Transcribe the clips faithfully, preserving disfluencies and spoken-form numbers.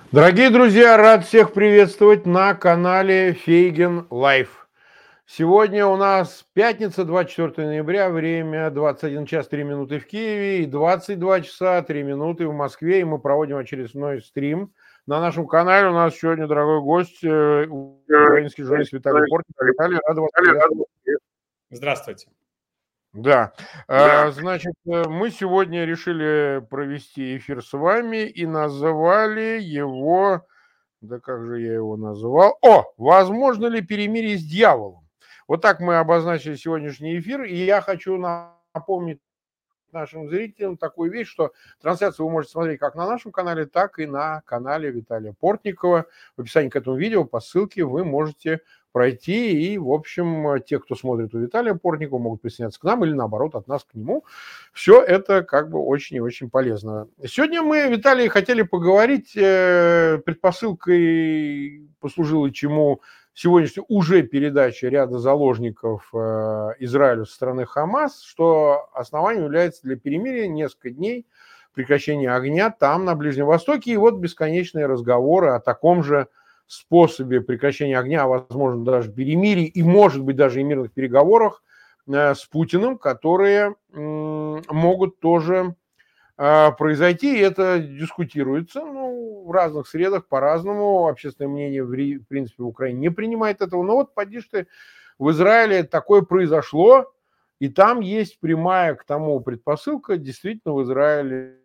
Дорогие друзья, рад всех приветствовать на канале Фейгин Лайф. Сегодня у нас пятница, двадцать четвёртое ноября, время двадцать один час три минуты в Киеве и двадцать два часа три минуты в Москве, и мы проводим очередной стрим. На нашем канале у нас сегодня дорогой гость, э, украинский журналист Виталий Портников. Виталий, рад вас приветствовать. Здравствуйте. Да, а, значит, э, мы сегодня решили провести эфир с вами и назвали его, да как же я его назвал? О, возможно ли перемирие с дьяволом? Вот так мы обозначили сегодняшний эфир, и я хочу напомнить нашим зрителям такую вещь, что трансляцию вы можете смотреть как на нашем канале, так и на канале Виталия Портникова. В описании к этому видео по ссылке вы можете пройти, и, в общем, те, кто смотрит у Виталия Портникова, могут присоединяться к нам или, наоборот, от нас к нему. Все это как бы очень и очень полезно. Сегодня мы, Виталий, хотели поговорить, э, предпосылкой послужило чему сегодняшняя уже передача ряда заложников э, Израилю со стороны Хамас, что основанием является для перемирия несколько дней прекращения огня там, на Ближнем Востоке, и вот бесконечные разговоры о таком же способе прекращения огня, а возможно даже перемирии и, может быть, даже и мирных переговорах э, с Путиным, которые м, могут тоже э, произойти, и это дискутируется, ну, в разных средах по-разному, общественное мнение, в, в принципе, в Украине не принимает этого, но вот поди ты, в Израиле такое произошло, и там есть прямая к тому предпосылка, действительно в Израиле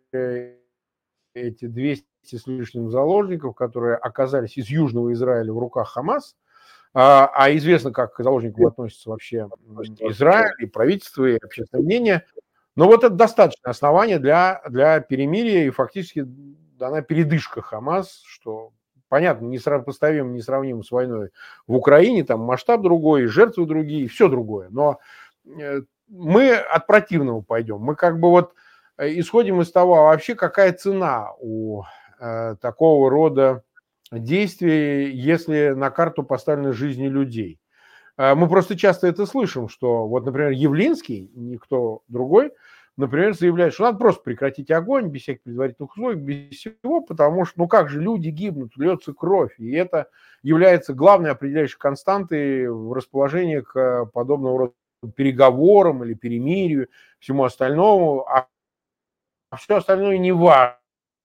эти двести с лишним заложников, которые оказались из Южного Израиля в руках Хамас, а, а известно, как к заложникам относится вообще Израиль, и правительство, и общественное мнение. Но вот это достаточное основание для, для перемирия, и фактически дана передышка Хамас, что, понятно, несопоставимо, несравнимо с войной в Украине, там масштаб другой, жертвы другие, все другое. Но мы от противного пойдем. Мы как бы вот исходим из того, а вообще какая цена у э, такого рода действий, если на карту поставлены жизни людей. Мы просто часто это слышим, что вот, например, Явлинский, никто другой, например, заявляет, что надо просто прекратить огонь без всяких предварительных условий, без всего, потому что, ну как же, люди гибнут, льется кровь, и это является главной определяющей константой в расположении к подобного рода переговорам или перемирию, всему остальному, а все остальное не важно,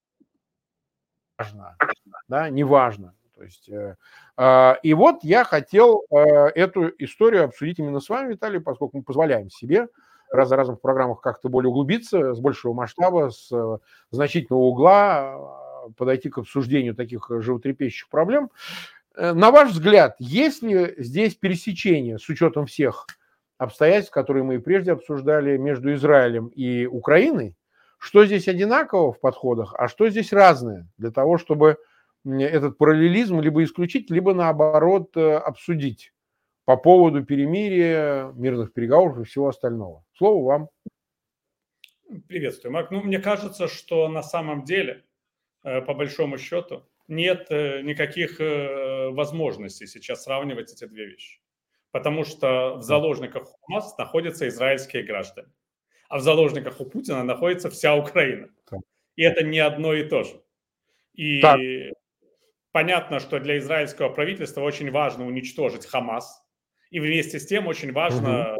да, не важно. То есть, э, э, и вот я хотел э, эту историю обсудить именно с вами, Виталий, поскольку мы позволяем себе раз за разом в программах как-то более углубиться, с большего масштаба, с э, значительного угла э, подойти к обсуждению таких животрепещущих проблем. Э, на ваш взгляд, есть ли здесь пересечение с учетом всех обстоятельств, которые мы и прежде обсуждали, между Израилем и Украиной? Что здесь одинаково в подходах, а что здесь разное, для того, чтобы этот параллелизм либо исключить, либо наоборот обсудить по поводу перемирия, мирных переговоров и всего остального. Слово вам. Приветствую, Марк. Ну, мне кажется, что на самом деле, по большому счету, нет никаких возможностей сейчас сравнивать эти две вещи. Потому что в заложниках у Хамас находятся израильские граждане, а в заложниках у Путина находится вся Украина. И это не одно и то же. И так. Понятно, что для израильского правительства очень важно уничтожить Хамас. И вместе с тем очень важно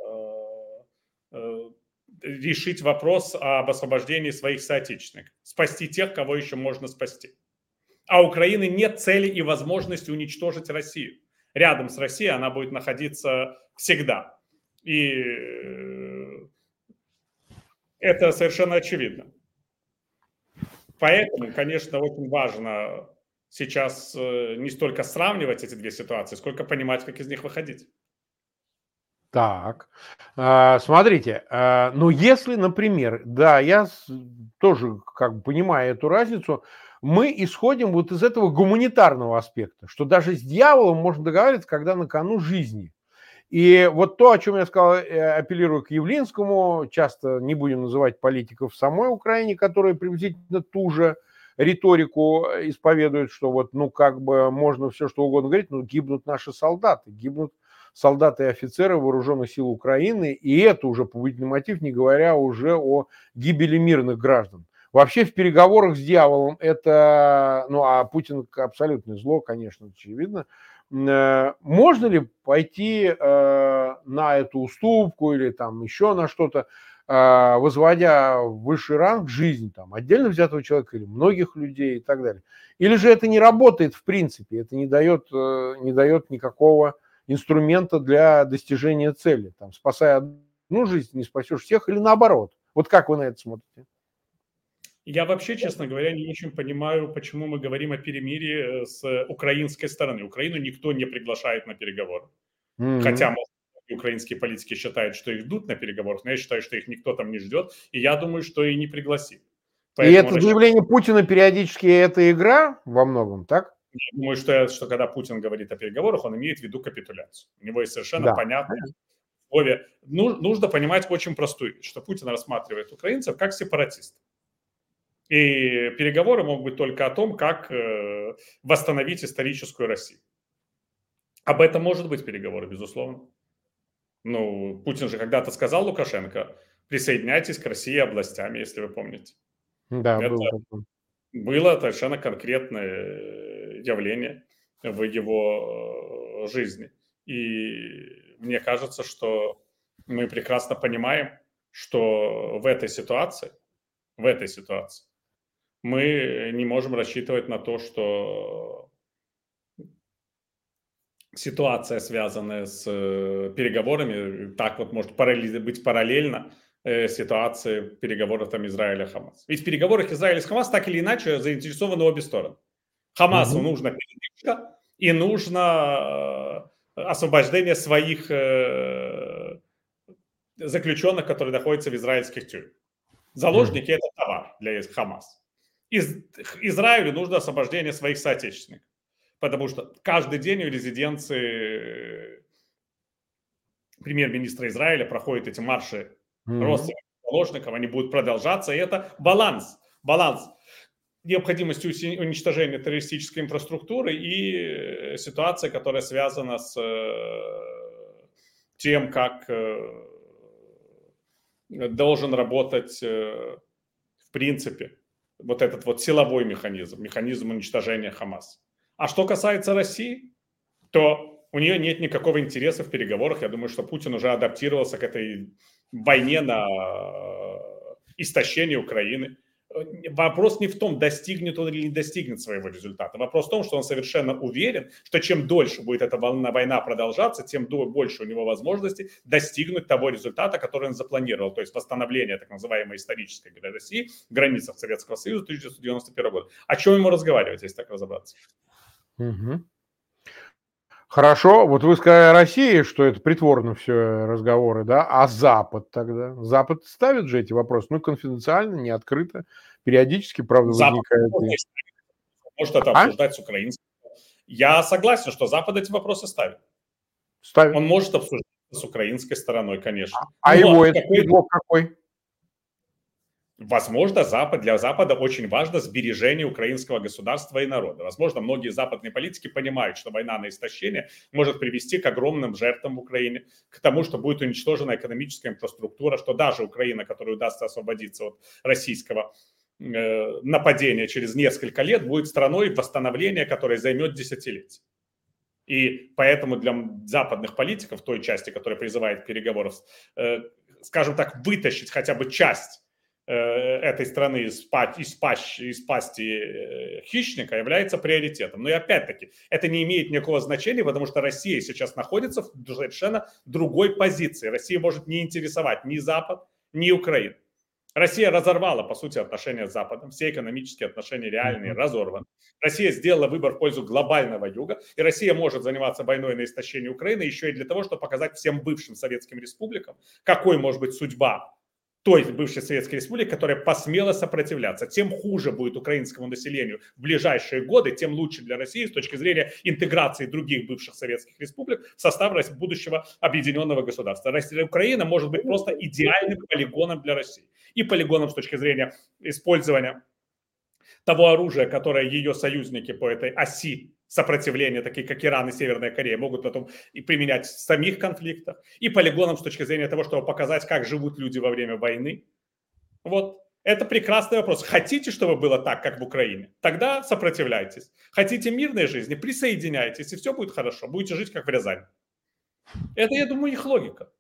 угу. решить вопрос об освобождении своих соотечественников. Спасти тех, кого еще можно спасти. А у Украины нет цели и возможности уничтожить Россию. Рядом с Россией она будет находиться всегда. И это совершенно очевидно. Поэтому, конечно, очень важно сейчас не столько сравнивать эти две ситуации, сколько понимать, как из них выходить. Так, смотрите, ну если, например, да, я тоже как бы понимаю эту разницу, мы исходим вот из этого гуманитарного аспекта, что даже с дьяволом можно договариваться, когда на кону жизни. И вот то, о чем я сказал, апеллирую к Явлинскому, часто не будем называть политиков в самой Украине, которые приблизительно ту же риторику исповедуют, что вот, ну, как бы можно все что угодно говорить, но гибнут наши солдаты, гибнут солдаты и офицеры вооруженных сил Украины, и это уже побудительный мотив, не говоря уже о гибели мирных граждан. Вообще в переговорах с дьяволом это, ну а Путин абсолютное зло, конечно, очевидно. Можно ли пойти э, на эту уступку или там еще на что-то, э, возводя в высший ранг жизнь там отдельно взятого человека или многих людей и так далее? Или же это не работает в принципе, это не дает, э, не дает никакого инструмента для достижения цели? Там, спасая одну жизнь, не спасешь всех или наоборот? Вот как вы на это смотрите? Я вообще, честно говоря, не очень понимаю, почему мы говорим о перемирии с украинской стороны. Украину никто не приглашает на переговоры. Mm-hmm. Хотя, может, украинские политики считают, что их ждут на переговорах, но я считаю, что их никто там не ждет, и я думаю, что и не пригласит. Поэтому и это расчет... заявление Путина периодически это игра во многом, так? Я думаю, что, что когда Путин говорит о переговорах, он имеет в виду капитуляцию. У него есть совершенно да. понятное условие. Ну, нужно понимать очень простую вещь, что Путин рассматривает украинцев как сепаратистов. И переговоры могут быть только о том, как э, восстановить историческую Россию. Об этом может быть переговоры, безусловно. Ну, Путин же когда-то сказал Лукашенко: присоединяйтесь к России областями, если вы помните. Да, это было, было совершенно конкретное явление в его жизни. И мне кажется, что мы прекрасно понимаем, что в этой ситуации, в этой ситуации мы не можем рассчитывать на то, что ситуация, связанная с переговорами, так вот может быть параллельно ситуации переговоров там Израиля-Хамас. Ведь в переговорах Израиля с Хамас так или иначе заинтересованы обе стороны. Хамасу угу. нужно передышка и нужно освобождение своих заключенных, которые находятся в израильских тюрьмах. Заложники угу. это товар для Хамас. Из, Израилю нужно освобождение своих соотечественников, потому что каждый день в резиденции премьер-министра Израиля проходят эти марши mm-hmm. родственников заложников, они будут продолжаться, и это баланс, баланс необходимости уничтожения террористической инфраструктуры и ситуация, которая связана с тем, как должен работать в принципе вот этот вот силовой механизм, механизм уничтожения Хамас. А что касается России, то у нее нет никакого интереса в переговорах. Я думаю, что Путин уже адаптировался к этой войне на истощение Украины. Вопрос не в том, достигнет он или не достигнет своего результата. Вопрос в том, что он совершенно уверен, что чем дольше будет эта война продолжаться, тем больше у него возможностей достигнуть того результата, который он запланировал. То есть восстановление так называемой исторической России в границах Советского Союза тысяча девятьсот девяносто первого года. О чем ему разговаривать, если так разобраться? Угу. Хорошо, вот вы сказали о России, что это притворно все разговоры, да, а Запад тогда? Запад ставит же эти вопросы, ну, конфиденциально, не открыто, периодически, правда, Запад возникает... Может это обсуждать а? с украинцами. Я согласен, что Запад эти вопросы ставит. ставит. Он может обсуждать с украинской стороной, конечно. А Но его это какой... какой? Возможно, Запад, для Запада очень важно сбережение украинского государства и народа. Возможно, многие западные политики понимают, что война на истощение может привести к огромным жертвам в Украине, к тому, что будет уничтожена экономическая инфраструктура, что даже Украина, которой удастся освободиться от российского э, нападения через несколько лет, будет страной восстановления, которое займет десятилетия. И поэтому для западных политиков, той части, которая призывает переговоров, э, скажем так, вытащить хотя бы часть этой страны из, из, пащи, из пасти хищника является приоритетом. Но и опять-таки, это не имеет никакого значения, потому что Россия сейчас находится в совершенно другой позиции. Россия может не интересовать ни Запад, ни Украину. Россия разорвала, по сути, отношения с Западом. Все экономические отношения реальные разорваны. Россия сделала выбор в пользу глобального юга. И Россия может заниматься войной на истощение Украины еще и для того, чтобы показать всем бывшим советским республикам, какой может быть судьба той бывшей Советской Республики, которая посмела сопротивляться. Тем хуже будет украинскому населению в ближайшие годы, тем лучше для России с точки зрения интеграции других бывших советских республик в состав будущего объединенного государства. Россия, Украина может быть просто идеальным полигоном для России. И полигоном с точки зрения использования того оружия, которое ее союзники по этой оси сопротивления, такие как Иран и Северная Корея, могут потом и применять в самих конфликтах, и полигоном с точки зрения того, чтобы показать, как живут люди во время войны. Вот. Это прекрасный вопрос. Хотите, чтобы было так, как в Украине? Тогда сопротивляйтесь. Хотите мирной жизни? Присоединяйтесь, и все будет хорошо. Будете жить, как в Рязани. Это, я думаю, их логика.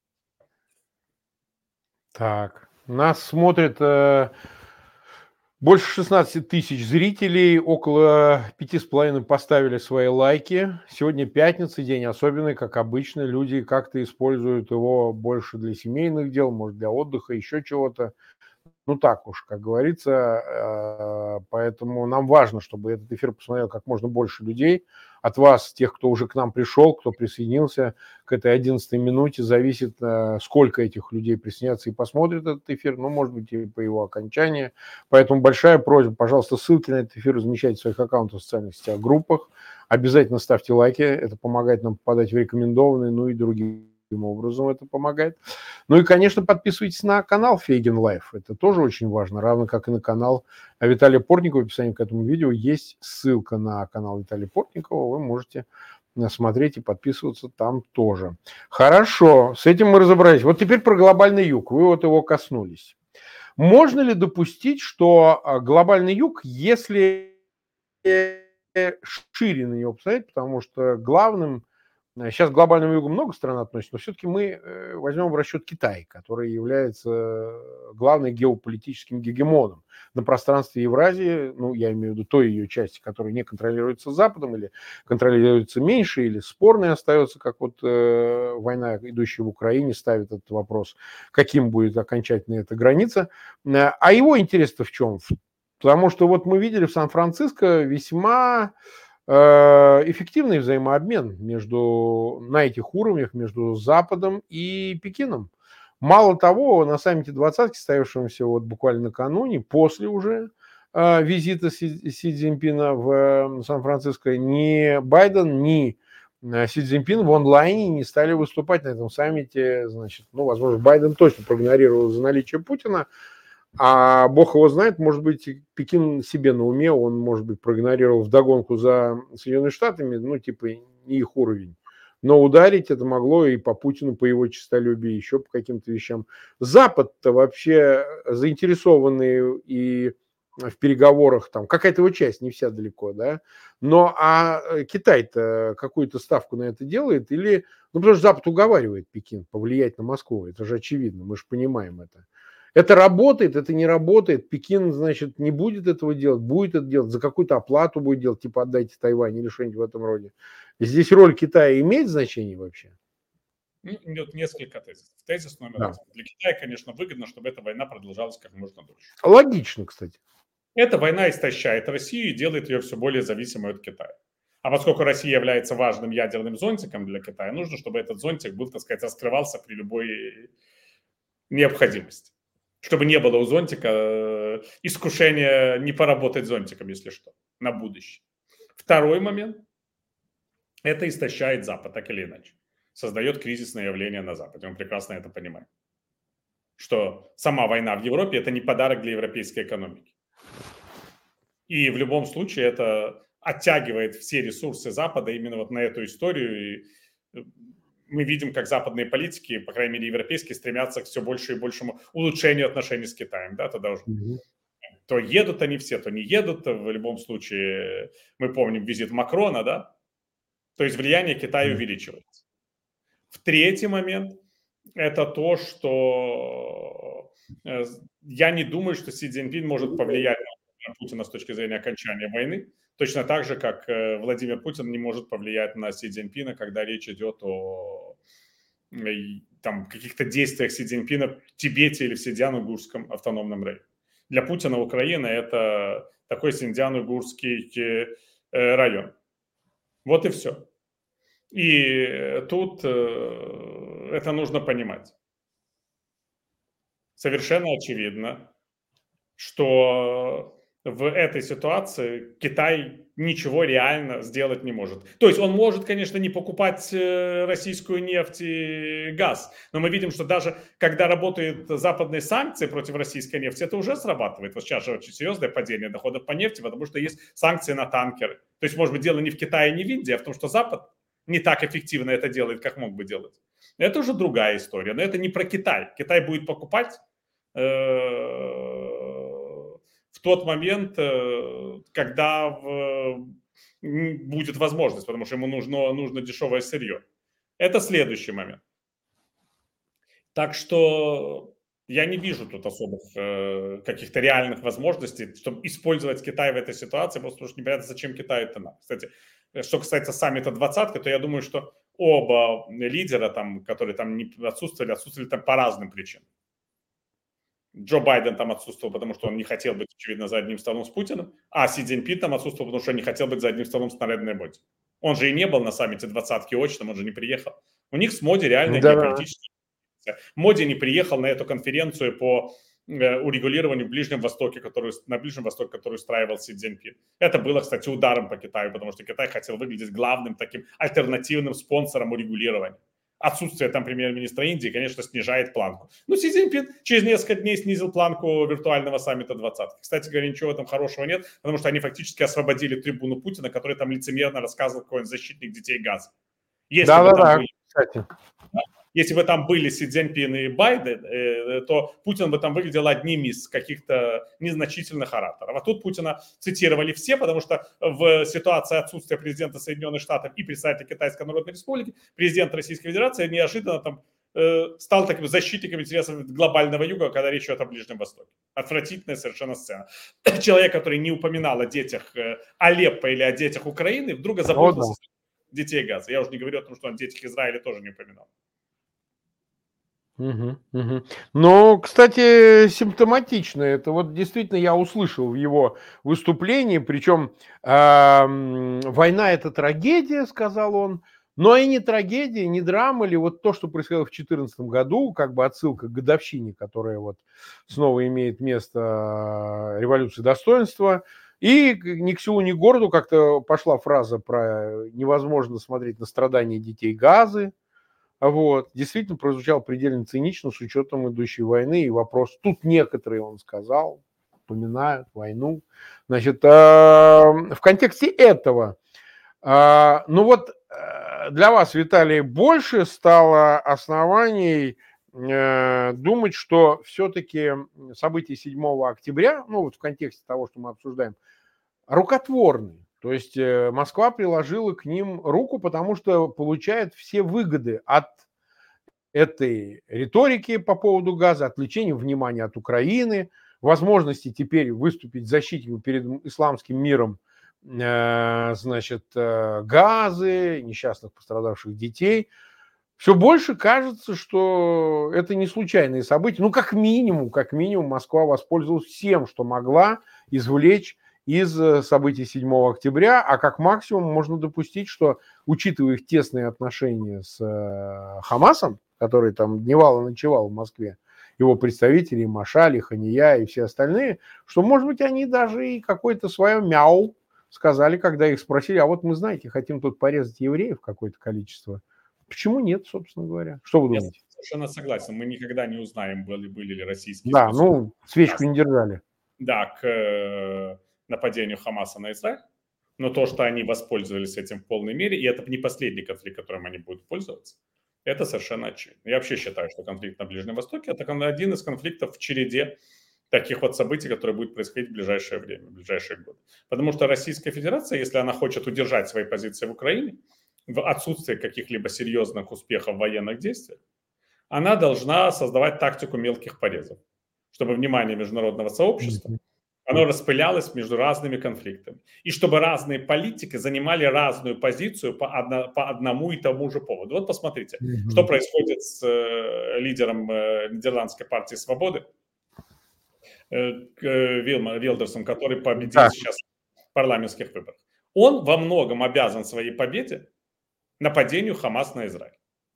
Так, нас смотрит э, больше шестнадцати тысяч зрителей, около пяти с половиной поставили свои лайки. Сегодня пятница, день особенный, как обычно. Люди как-то используют его больше для семейных дел, может, для отдыха, еще чего-то. Ну, так уж, как говорится, поэтому нам важно, чтобы этот эфир посмотрел как можно больше людей. От вас, тех, кто уже к нам пришел, кто присоединился к этой одиннадцатой минуте, зависит, сколько этих людей присоединятся и посмотрят этот эфир, ну, может быть, и по его окончании. Поэтому большая просьба, пожалуйста, ссылки на этот эфир размещайте в своих аккаунтах в социальных сетях, группах. Обязательно ставьте лайки, это помогает нам попадать в рекомендованные, ну и другие. Таким образом это помогает. Ну и, конечно, подписывайтесь на канал Фейгин Лайф. Это тоже очень важно, равно как и на канал Виталия Портникова. В описании к этому видео есть ссылка на канал Виталия Портникова. Вы можете смотреть и подписываться там тоже. Хорошо, с этим мы разобрались. Вот теперь про глобальный юг. Вы вот его коснулись. Можно ли допустить, что глобальный юг, если шире на него посмотреть, потому что главным... Сейчас к глобальному югу много стран относится, но все-таки мы возьмем в расчет Китай, который является главным геополитическим гегемоном на пространстве Евразии, ну, я имею в виду той ее части, которая не контролируется Западом или контролируется меньше, или спорной остается, как вот э, война, идущая в Украине, ставит этот вопрос, каким будет окончательно эта граница. А его интерес-то в чем? Потому что вот мы видели в Сан-Франциско весьма... эффективный взаимообмен между, на этих уровнях между Западом и Пекином. Мало того, на саммите двадцатки, состоявшемся вот буквально накануне, после уже э, визита Си, Си Цзиньпина в э, Сан-Франциско, ни Байден, ни Си Цзиньпин в онлайне не стали выступать на этом саммите. Значит, ну, возможно, Байден точно проигнорировал за наличие Путина. А бог его знает, может быть, Пекин себе на уме, он, может быть, проигнорировал вдогонку за Соединенными Штатами, ну, типа, не их уровень. Но ударить это могло и по Путину, по его честолюбию, еще по каким-то вещам. Запад-то вообще заинтересованный и в переговорах, там, какая-то его часть, не вся далеко, да, но а Китай-то какую-то ставку на это делает или, ну, потому что Запад уговаривает Пекин повлиять на Москву, это же очевидно, мы же понимаем это. Это работает, это не работает. Пекин, значит, не будет этого делать, будет это делать, за какую-то оплату будет делать, типа отдайте Тайвань или что-нибудь в этом роде. Здесь роль Китая имеет значение вообще? Ну, идет несколько тезисов. Тезис номер Да. один. Для Китая, конечно, выгодно, чтобы эта война продолжалась как можно дольше. Логично, кстати. Эта война истощает Россию и делает ее все более зависимой от Китая. А поскольку Россия является важным ядерным зонтиком для Китая, нужно, чтобы этот зонтик был, так сказать, раскрывался при любой необходимости. Чтобы не было у зонтика искушения не поработать зонтиком, если что, на будущее. Второй момент – это истощает Запад, так или иначе. Создает кризисное явление на Западе. Он прекрасно это понимает. Что сама война в Европе – это не подарок для европейской экономики. И в любом случае это оттягивает все ресурсы Запада именно вот на эту историю. И мы видим, как западные политики, по крайней мере европейские, стремятся к все больше и большему улучшению отношений с Китаем. Да, тогда уже mm-hmm. то едут они все, то не едут. В любом случае мы помним визит Макрона, да? То есть влияние Китая mm-hmm. увеличивается. В третий момент это то, что я не думаю, что Си Цзиньпин может повлиять на Путина с точки зрения окончания войны. Точно так же, как Владимир Путин не может повлиять на Си Цзиньпина, когда речь идет о там, каких-то действиях Си Цзиньпина в Тибете или в Синьцзян-Уйгурском автономном районе. Для Путина Украина – это такой Синьцзян-Уйгурский район. Вот и все. И тут это нужно понимать. Совершенно очевидно, что в этой ситуации Китай ничего реально сделать не может. То есть он может, конечно, не покупать российскую нефть и газ, но мы видим, что даже когда работают западные санкции против российской нефти, это уже срабатывает. Вот сейчас же очень серьезное падение доходов по нефти, потому что есть санкции на танкеры. То есть, может быть, дело не в Китае, не в Индии, а в том, что Запад не так эффективно это делает, как мог бы делать. Это уже другая история, но это не про Китай. Китай будет покупать э- в тот момент, когда в, будет возможность, потому что ему нужно, нужно дешевое сырье. Это следующий момент. Так что я не вижу тут особых э, каких-то реальных возможностей, чтобы использовать Китай в этой ситуации, потому что непонятно, зачем Китаю это надо. Кстати, что касается саммита двадцатки, то я думаю, что оба лидера, там, которые там не отсутствовали, отсутствовали там по разным причинам. Джо Байден там отсутствовал, потому что он не хотел быть, очевидно, за одним столом с Путиным, а Си Цзиньпин там отсутствовал, потому что он не хотел быть за одним столом с Нарендра Моди. Он же и не был на саммите двадцатки очно, он же не приехал. У них с Моди реально Да. геополитические. Моди не приехал на эту конференцию по урегулированию в Ближнем Востоке, которую, на Ближнем Востоке, которую устраивал Си Цзиньпин. Это было, кстати, ударом по Китаю, потому что Китай хотел выглядеть главным таким альтернативным спонсором урегулирования. Отсутствие там премьер-министра Индии, конечно, снижает планку. Но Си Цзиньпин через несколько дней снизил планку виртуального саммита двадцатки. Кстати говоря, ничего в этом хорошего нет, потому что они фактически освободили трибуну Путина, который там лицемерно рассказывал, какой он защитник детей Газа. Если да, бы да, там да, были... кстати. Если бы там были Си Цзиньпин и Байден, то Путин бы там выглядел одним из каких-то незначительных ораторов. А тут Путина цитировали все, потому что в ситуации отсутствия президента Соединенных Штатов и представителя Китайской Народной Республики президент Российской Федерации неожиданно там стал таким защитником интересов глобального юга, когда речь идет о Ближнем Востоке. Отвратительная совершенно сцена. Человек, который не упоминал о детях Алеппо или о детях Украины, вдруг озаботился о детей Газа. Я уже не говорю о том, что он о детях Израиля тоже не упоминал. Угу, угу. Но, кстати, симптоматично. Это вот действительно я услышал в его выступлении. Причем э, война – это трагедия, сказал он. Но и не трагедия, не драма ли. Вот то, что происходило в две тысячи четырнадцатом году, как бы отсылка к годовщине, которая вот снова имеет место революции достоинства. И ни к селу, ни к городу как-то пошла фраза про невозможно смотреть на страдания детей Газы. Вот. Действительно прозвучал предельно цинично с учетом идущей войны. И вопрос, тут некоторые, он сказал, упоминают войну. Значит, э, в контексте этого, э, ну вот э, для вас, Виталий, больше стало оснований э, думать, что все-таки события седьмого октября, ну вот в контексте того, что мы обсуждаем, рукотворные. То есть Москва приложила к ним руку, потому что получает все выгоды от этой риторики по поводу газа, отвлечения внимания от Украины, возможности теперь выступить защитником перед исламским миром, значит, газы, несчастных пострадавших детей. Все больше кажется, что это не случайные события. Ну, как минимум, как минимум, Москва воспользовалась всем, что могла извлечь из событий седьмого октября, а как максимум можно допустить, что, учитывая их тесные отношения с Хамасом, который там дневал и ночевал в Москве, его представители, Машали, Хания и все остальные, что, может быть, они даже и какое-то свое мяу сказали, когда их спросили, а вот мы, знаете, хотим тут порезать евреев какое-то количество. Почему нет, собственно говоря? Что вы думаете? Я совершенно согласен. Мы никогда не узнаем, были, были ли российские Да, ну, свечку не держали. Да, к нападению Хамаса на Израиль. Но то, что они воспользовались этим в полной мере, и это не последний конфликт, которым они будут пользоваться, это совершенно очевидно. Я вообще считаю, что конфликт на Ближнем Востоке – это один из конфликтов в череде таких вот событий, которые будут происходить в ближайшее время, в ближайшие годы. Потому что Российская Федерация, если она хочет удержать свои позиции в Украине, в отсутствии каких-либо серьезных успехов в военных действиях, она должна создавать тактику мелких порезов, чтобы внимание международного сообщества оно распылялось между разными конфликтами. И чтобы разные политики занимали разную позицию по, одно, по одному и тому же поводу. Вот посмотрите, mm-hmm. что происходит с э, лидером э, Нидерландской партии «Свободы» э, Вилма, Вилдерсом, который победил да. сейчас в парламентских выборах. Он во многом обязан своей победе нападению Хамас на Израиль.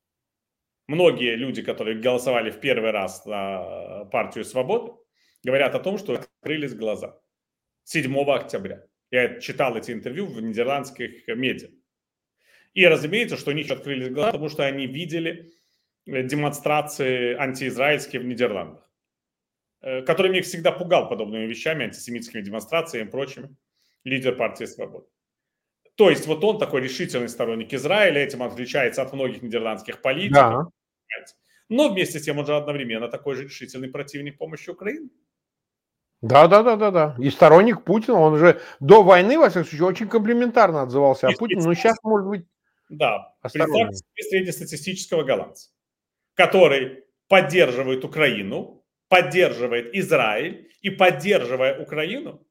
Многие люди, которые голосовали в первый раз на партию «Свободы», говорят о том, что открылись глаза седьмого октября. Я читал эти интервью в нидерландских медиа. И разумеется, что у них открылись глаза, потому что они видели демонстрации антиизраильские в Нидерландах, который меня всегда пугал подобными вещами, антисемитскими демонстрациями и прочими, лидер партии «Свобода». То есть вот он такой решительный сторонник Израиля, этим он отличается от многих нидерландских политиков. Да. Но вместе с тем он же одновременно такой же решительный противник помощи Украине. Да, да, да, да, да. И сторонник Путина, он же до войны, во всяком случае, очень комплиментарно отзывался о И Путине, но сейчас, может быть, Да, представьте осторожнее. себе среднестатистического голландца, который поддерживает Украину, поддерживает Израиль и, поддерживая Украину,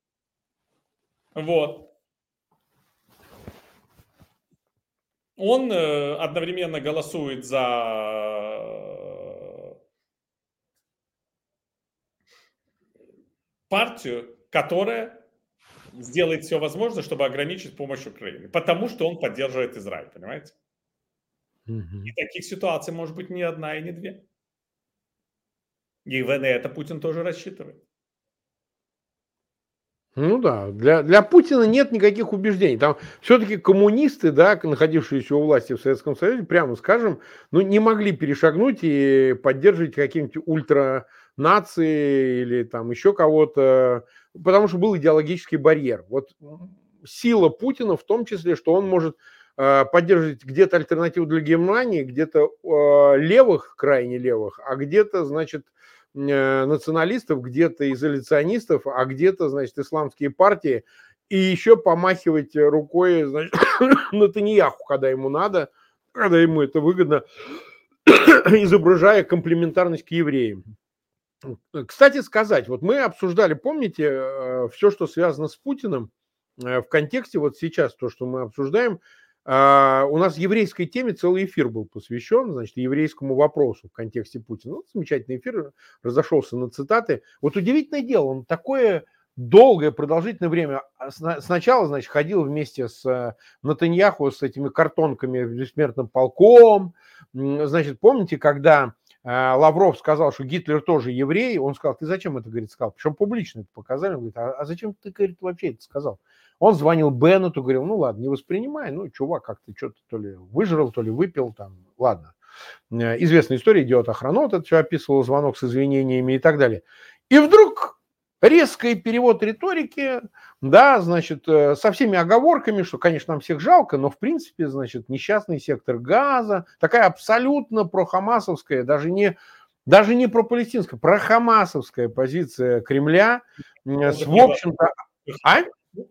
вот, он э, одновременно голосует за партию, которая сделает все возможное, чтобы ограничить помощь Украине, потому что он поддерживает Израиль, понимаете? И Мгм. таких ситуаций может быть не одна и не две. И на это Путин тоже рассчитывает. Ну да, для, для Путина нет никаких убеждений. Там все-таки коммунисты, да, находившиеся у власти в Советском Союзе, прямо скажем, ну, не могли перешагнуть и поддерживать какие-нибудь ультранации или там еще кого-то, потому что был идеологический барьер. Вот сила Путина в том числе, что он может э, поддерживать где-то альтернативу для Германии, где-то э, левых, крайне левых, а где-то, значит, э, националистов, где-то изоляционистов, а где-то, значит, исламские партии, и еще помахивать рукой, значит, Натаньяху, когда ему надо, когда ему это выгодно, изображая комплементарность к евреям. Кстати сказать, вот мы обсуждали, помните, все, что связано с Путиным, в контексте вот сейчас то, что мы обсуждаем, а, у нас еврейской теме целый эфир был посвящен, значит, еврейскому вопросу в контексте Путина. Ну, замечательный эфир, разошелся на цитаты. Вот удивительное дело, он такое долгое, продолжительное время сначала, значит, ходил вместе с Натаньяху с этими картонками бессмертным полком. Значит, помните, когда Лавров сказал, что Гитлер тоже еврей, он сказал, ты зачем это, говорит, сказал? Причем публично это показали. Он говорит, а, а зачем ты, говорит, вообще это сказал? Он звонил Беннету, говорил, ну ладно, не воспринимай, ну, чувак как-то что-то то ли выжрал, то ли выпил, там, ладно. Известная история, идиот охранот, это все описывал, звонок с извинениями и так далее. И вдруг резкий перевод риторики, да, значит, со всеми оговорками, что, конечно, нам всех жалко, но, в принципе, значит, несчастный сектор Газа, такая абсолютно прохамасовская, даже не, даже не пропалестинская, прохамасовская позиция Кремля Он с, же в общем-то, а?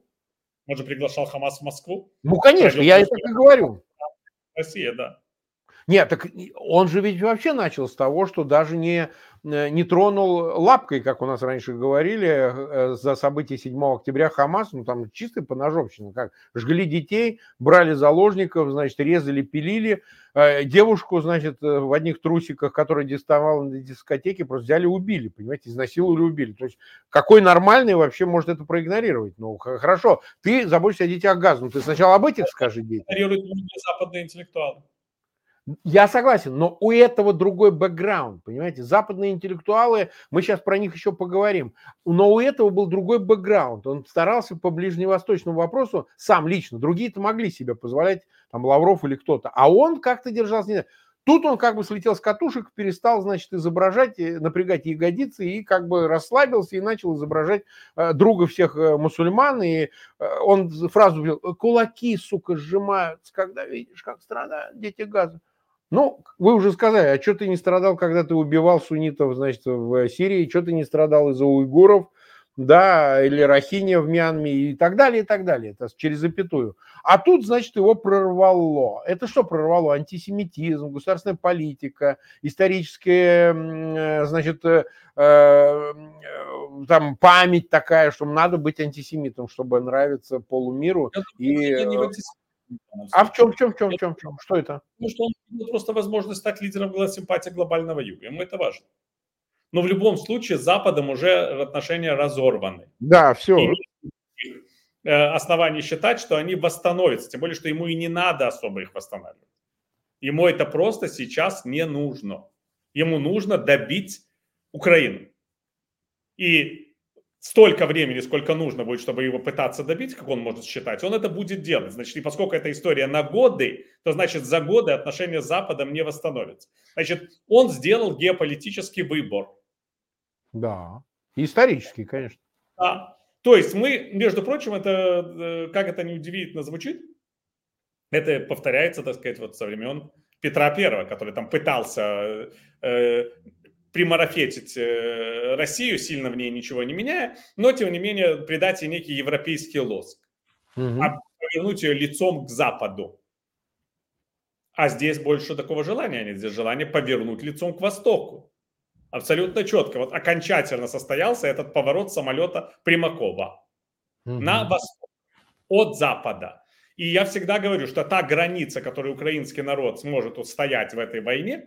Он же приглашал Хамас в Москву, Ну, конечно, провел я это и говорю. Россия, да. Нет, так он же ведь вообще начал с того, что даже не, не тронул лапкой, как у нас раньше говорили, за события седьмого октября Хамас, ну там чистая поножовщина, как жгли детей, брали заложников, значит, резали, пилили, девушку, значит, в одних трусиках, которая диставала на дискотеке, просто взяли и убили, понимаете, изнасиловали, убили. То есть какой нормальный вообще может это проигнорировать? Ну, хорошо, ты заботишься о детях Газа, ну ты сначала об этих скажи детям. Игнорируют многие западные интеллектуалы. Я согласен, но у этого другой бэкграунд, понимаете? Западные интеллектуалы, мы сейчас про них еще поговорим, но у этого был другой бэкграунд. Он старался по ближневосточному вопросу сам лично. Другие-то могли себе позволять, там, Лавров или кто-то. А он как-то держался... Не... Тут он как бы слетел с катушек, перестал, значит, изображать, напрягать ягодицы и как бы расслабился и начал изображать э, друга всех э, мусульман. И э, он фразу говорил, кулаки, сука, сжимаются, когда видишь, как страдают дети Газа. Ну, вы уже сказали, а что ты не страдал, когда ты убивал суннитов, значит, в Сирии, что ты не страдал из-за уйгуров, да, или Рохинья в Мьянме и так далее, и так далее, это через запятую. А тут, значит, его прорвало. Это что прорвало? Антисемитизм, государственная политика, историческая, значит, э, э, там память такая, что надо быть антисемитом, чтобы нравиться полумиру. И... А в чем, в чем, в чем, в чем, в чем? Что это? Потому что он имел просто возможность стать лидером симпатии глобального юга. Ему это важно. Но в любом случае с Западом уже отношения разорваны. Да, все. И нет оснований считать, что они восстановятся. Тем более, что ему и не надо особо их восстанавливать. Ему это просто сейчас не нужно. Ему нужно добить Украину. И столько времени, сколько нужно будет, чтобы его пытаться добить, как он может считать, он это будет делать. Значит, и поскольку эта история на годы, то значит за годы отношения с Западом не восстановятся. Значит, он сделал геополитический выбор. Да, исторический, конечно. Да. То есть мы, между прочим, это, как это неудивительно звучит, это повторяется, так сказать, вот со времен Петра Первого, который там пытался... Э, примарафетить Россию, сильно в ней ничего не меняя, но, тем не менее, придать ей некий европейский лоск, Угу. а повернуть ее лицом к Западу. А здесь больше такого желания нет, здесь желание повернуть лицом к Востоку. Абсолютно четко. Вот окончательно состоялся этот поворот самолета Примакова угу. на восток, от Запада. И я всегда говорю, что та граница, которую украинский народ сможет устоять в этой войне,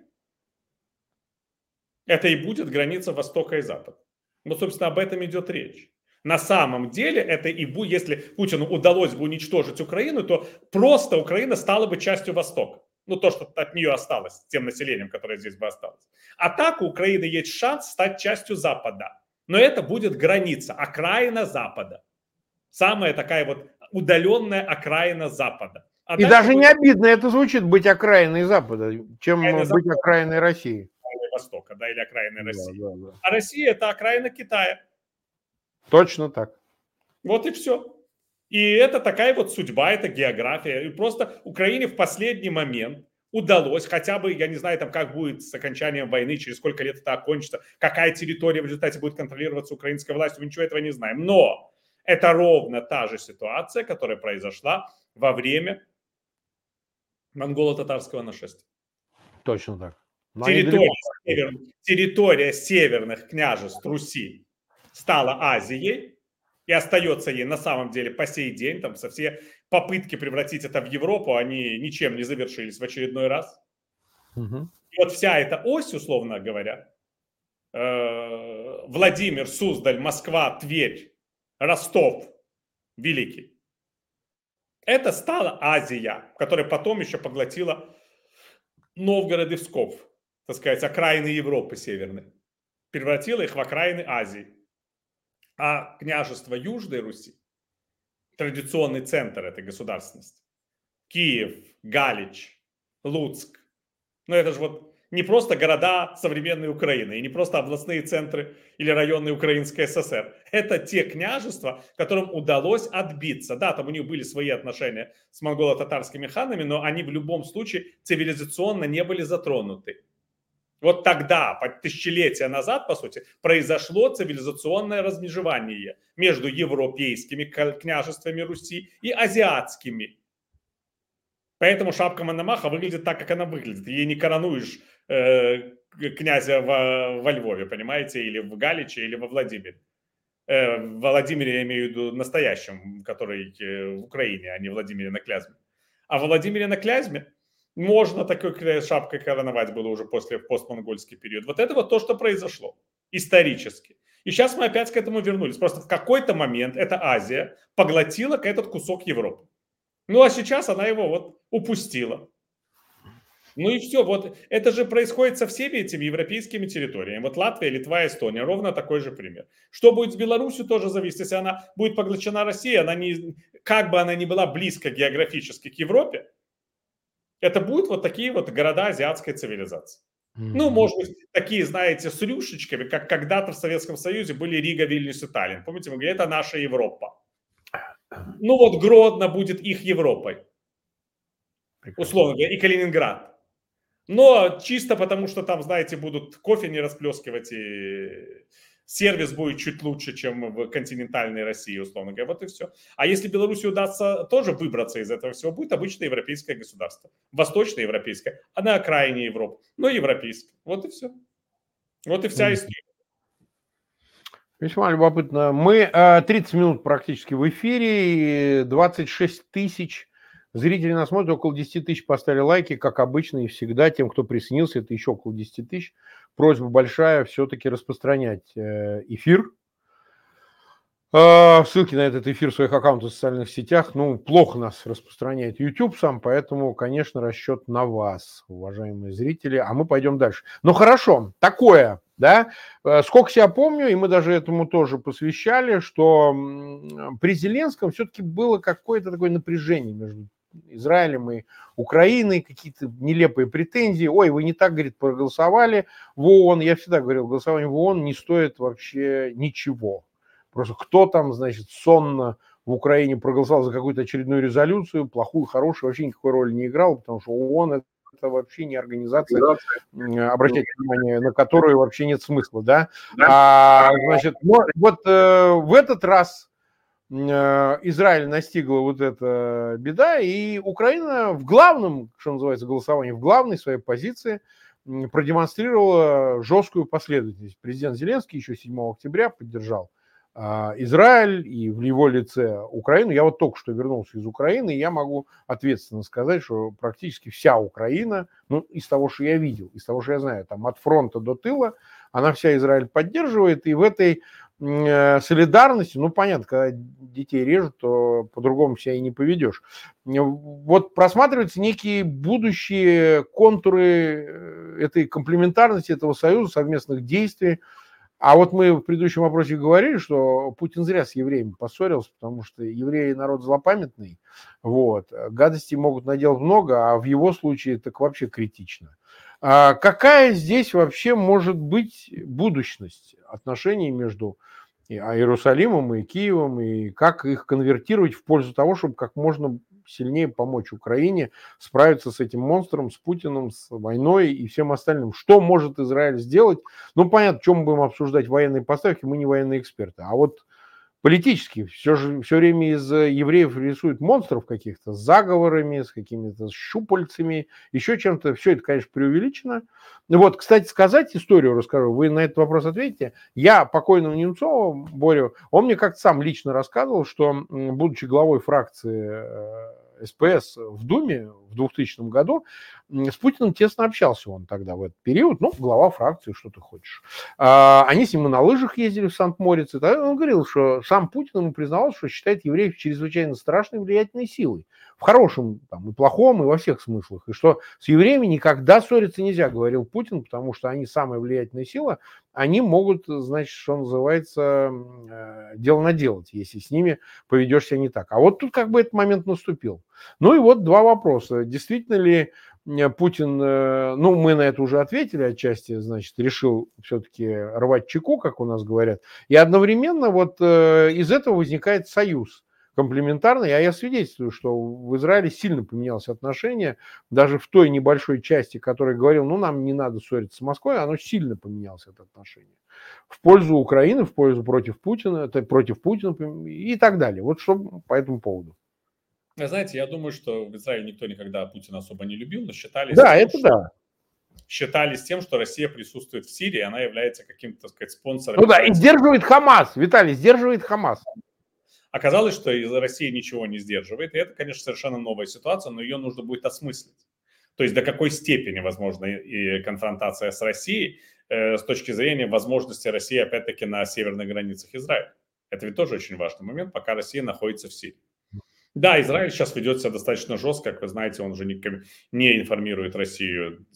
это и будет граница Востока и Запада. Вот, собственно, об этом идет речь. На самом деле, это и будет, если Путину удалось бы уничтожить Украину, то просто Украина стала бы частью Востока. Ну, то, что от нее осталось, тем населением, которое здесь бы осталось. А так у Украины есть шанс стать частью Запада. Но это будет граница, окраина Запада. Самая такая вот удаленная окраина Запада. А и даже будет... не обидно это звучит, быть окраиной Запада, чем окраина быть Запада, окраиной России. Окраиной Востока, да, или окраиной да, России. Да, да. А Россия – это окраина Китая. Точно так. Вот и все. И это такая вот судьба, это география. И просто Украине в последний момент удалось, хотя бы, я не знаю, там как будет с окончанием войны, через сколько лет это окончится, какая территория в результате будет контролироваться украинской властью, мы ничего этого не знаем. Но это ровно та же ситуация, которая произошла во время монголо-татарского нашествия. Точно так. Территория, север, территория северных княжеств Руси стала Азией и остается ей на самом деле по сей день. Там со все попытки превратить это в Европу, они ничем не завершились в очередной раз. Угу. И вот вся эта ось, условно говоря, Владимир, Суздаль, Москва, Тверь, Ростов Великий. Это стала Азия, которая потом еще поглотила Новгород и Псков, так сказать, окраины Европы северной. Превратила их в окраины Азии. А княжество Южной Руси, традиционный центр этой государственности, Киев, Галич, Луцк, ну это же вот не просто города современной Украины, и не просто областные центры или районы Украинской ССР. Это те княжества, которым удалось отбиться. Да, там у них были свои отношения с монголо-татарскими ханами, но они в любом случае цивилизационно не были затронуты. Вот тогда, по тысячелетия назад, по сути, произошло цивилизационное размежевание между европейскими княжествами Руси и азиатскими. Поэтому шапка Мономаха выглядит так, как она выглядит. Ей не коронуешь э, князя во, во Львове, понимаете, или в Галиче, или во Владимире. Э, в Владимире я имею в виду настоящем, который в Украине, а не Владимире на Клязьме. А во Владимире на Клязьме можно такой шапкой короновать было уже после постмонгольский период. Вот это вот то, что произошло исторически. И сейчас мы опять к этому вернулись. Просто в какой-то момент эта Азия поглотила этот кусок Европы. Ну, а сейчас она его вот упустила. Ну и все. Вот это же происходит со всеми этими европейскими территориями. Вот Латвия, Литва, Эстония. Ровно такой же пример. Что будет с Беларусью, тоже зависит. Если она будет поглощена Россией, она не, как бы она ни была близко географически к Европе, это будут вот такие вот города азиатской цивилизации. Mm-hmm. Ну, может быть, такие, знаете, с рюшечками, как когда-то в Советском Союзе были Рига, Вильнюс и Таллин. Помните, мы говорили, это наша Европа. Ну вот Гродно будет их Европой, условно говоря, и Калининград. Но чисто потому, что там, знаете, будут кофе не расплескивать, и сервис будет чуть лучше, чем в континентальной России, условно говоря. Вот и все. А если Беларуси удастся тоже выбраться из этого всего, будет обычное европейское государство. Восточноевропейское, а на окраине Европы, но европейское. Вот и все. Вот и вся история. Весьма любопытно. Мы тридцать минут практически в эфире, двадцать шесть тысяч зрителей нас смотрят, около десять тысяч поставили лайки, как обычно и всегда. Тем, кто присоединился, это еще около десять тысяч. Просьба большая все-таки распространять эфир. Ссылки на этот эфир в своих аккаунтах в социальных сетях. Ну, плохо нас распространяет YouTube сам, поэтому, конечно, расчет на вас, уважаемые зрители. А мы пойдем дальше. Ну, хорошо, такое, да. Сколько себя помню, и мы даже этому тоже посвящали, что при Зеленском все-таки было какое-то такое напряжение между Израилем и Украиной, какие-то нелепые претензии. Ой, вы не так, говорит, проголосовали в ООН. Я всегда говорил, голосование в ООН не стоит вообще ничего. Просто кто там, значит, сонно в Украине проголосовал за какую-то очередную резолюцию, плохую, хорошую, вообще никакой роли не играл, потому что ООН это вообще не организация, обращайте внимание, на которую вообще нет смысла, да. А, значит, но вот э, в этот раз Израиль настигла вот эта беда, и Украина в главном, что называется, голосовании, в главной своей позиции продемонстрировала жесткую последовательность. Президент Зеленский еще седьмого октября поддержал Израиль и в его лице Украину. Я вот только что вернулся из Украины, и я могу ответственно сказать, что практически вся Украина, ну, из того, что я видел, из того, что я знаю, там от фронта до тыла, она вся Израиль поддерживает, и в этой солидарности, ну, понятно, когда детей режут, то по-другому себя и не поведешь. Вот просматриваются некие будущие контуры этой комплементарности, этого союза, совместных действий. А вот мы в предыдущем вопросе говорили, что Путин зря с евреями поссорился, потому что евреи народ злопамятный, вот, гадостей могут наделать много, а в его случае так вообще критично. А какая здесь вообще может быть будущность отношений между Иерусалимом и Киевом, и как их конвертировать в пользу того, чтобы как можно сильнее помочь Украине справиться с этим монстром, с Путиным, с войной и всем остальным. Что может Израиль сделать? Ну, понятно, чем мы будем обсуждать военные поставки, мы не военные эксперты. А вот политически все же все время из евреев рисуют монстров каких-то с заговорами, с какими-то щупальцами, еще чем-то. Все это, конечно, преувеличено. Вот, кстати, сказать историю расскажу. Вы на этот вопрос ответите. Я покойного Немцова, Борю, он мне как-то сам лично рассказывал, что, будучи главой фракции СПС в Думе в двухтысячном году, с Путиным тесно общался он тогда в этот период, ну, глава фракции, что ты хочешь. Они с ним на лыжах ездили в Санкт-Мориц, и он говорил, что сам Путин ему признавался, что считает евреев чрезвычайно страшной влиятельной силой. В хорошем, там, и плохом, и во всех смыслах. И что с евреями никогда ссориться нельзя, говорил Путин, потому что они самая влиятельная сила, они могут, значит, что называется, дело наделать, если с ними поведешь себя не так. А вот тут как бы этот момент наступил. Ну и вот два вопроса. Действительно ли Путин, ну, мы на это уже ответили отчасти, значит, решил все-таки рвать чеку, как у нас говорят, и одновременно вот из этого возникает союз комплементарный, а я свидетельствую, что в Израиле сильно поменялось отношение, даже в той небольшой части, которая говорила, ну, нам не надо ссориться с Москвой, оно сильно поменялось, это отношение. В пользу Украины, в пользу против Путина, это против Путина и так далее. Вот что по этому поводу. Вы знаете, я думаю, что в Израиле никто никогда Путина особо не любил, но считали, да, тем, это что, да. считали с тем, что Россия присутствует в Сирии, она является каким-то, так сказать, спонсором. Ну да, и сдерживает Хамас, Виталий, сдерживает Хамас. Оказалось, что из России ничего не сдерживает, и это, конечно, совершенно новая ситуация, но ее нужно будет осмыслить. То есть до какой степени возможна и конфронтация с Россией э, с точки зрения возможности России, опять-таки, на северных границах Израиля. Это ведь тоже очень важный момент, пока Россия находится в Сирии. Да, Израиль сейчас ведет себя достаточно жестко, как вы знаете, он уже не, не информирует Россию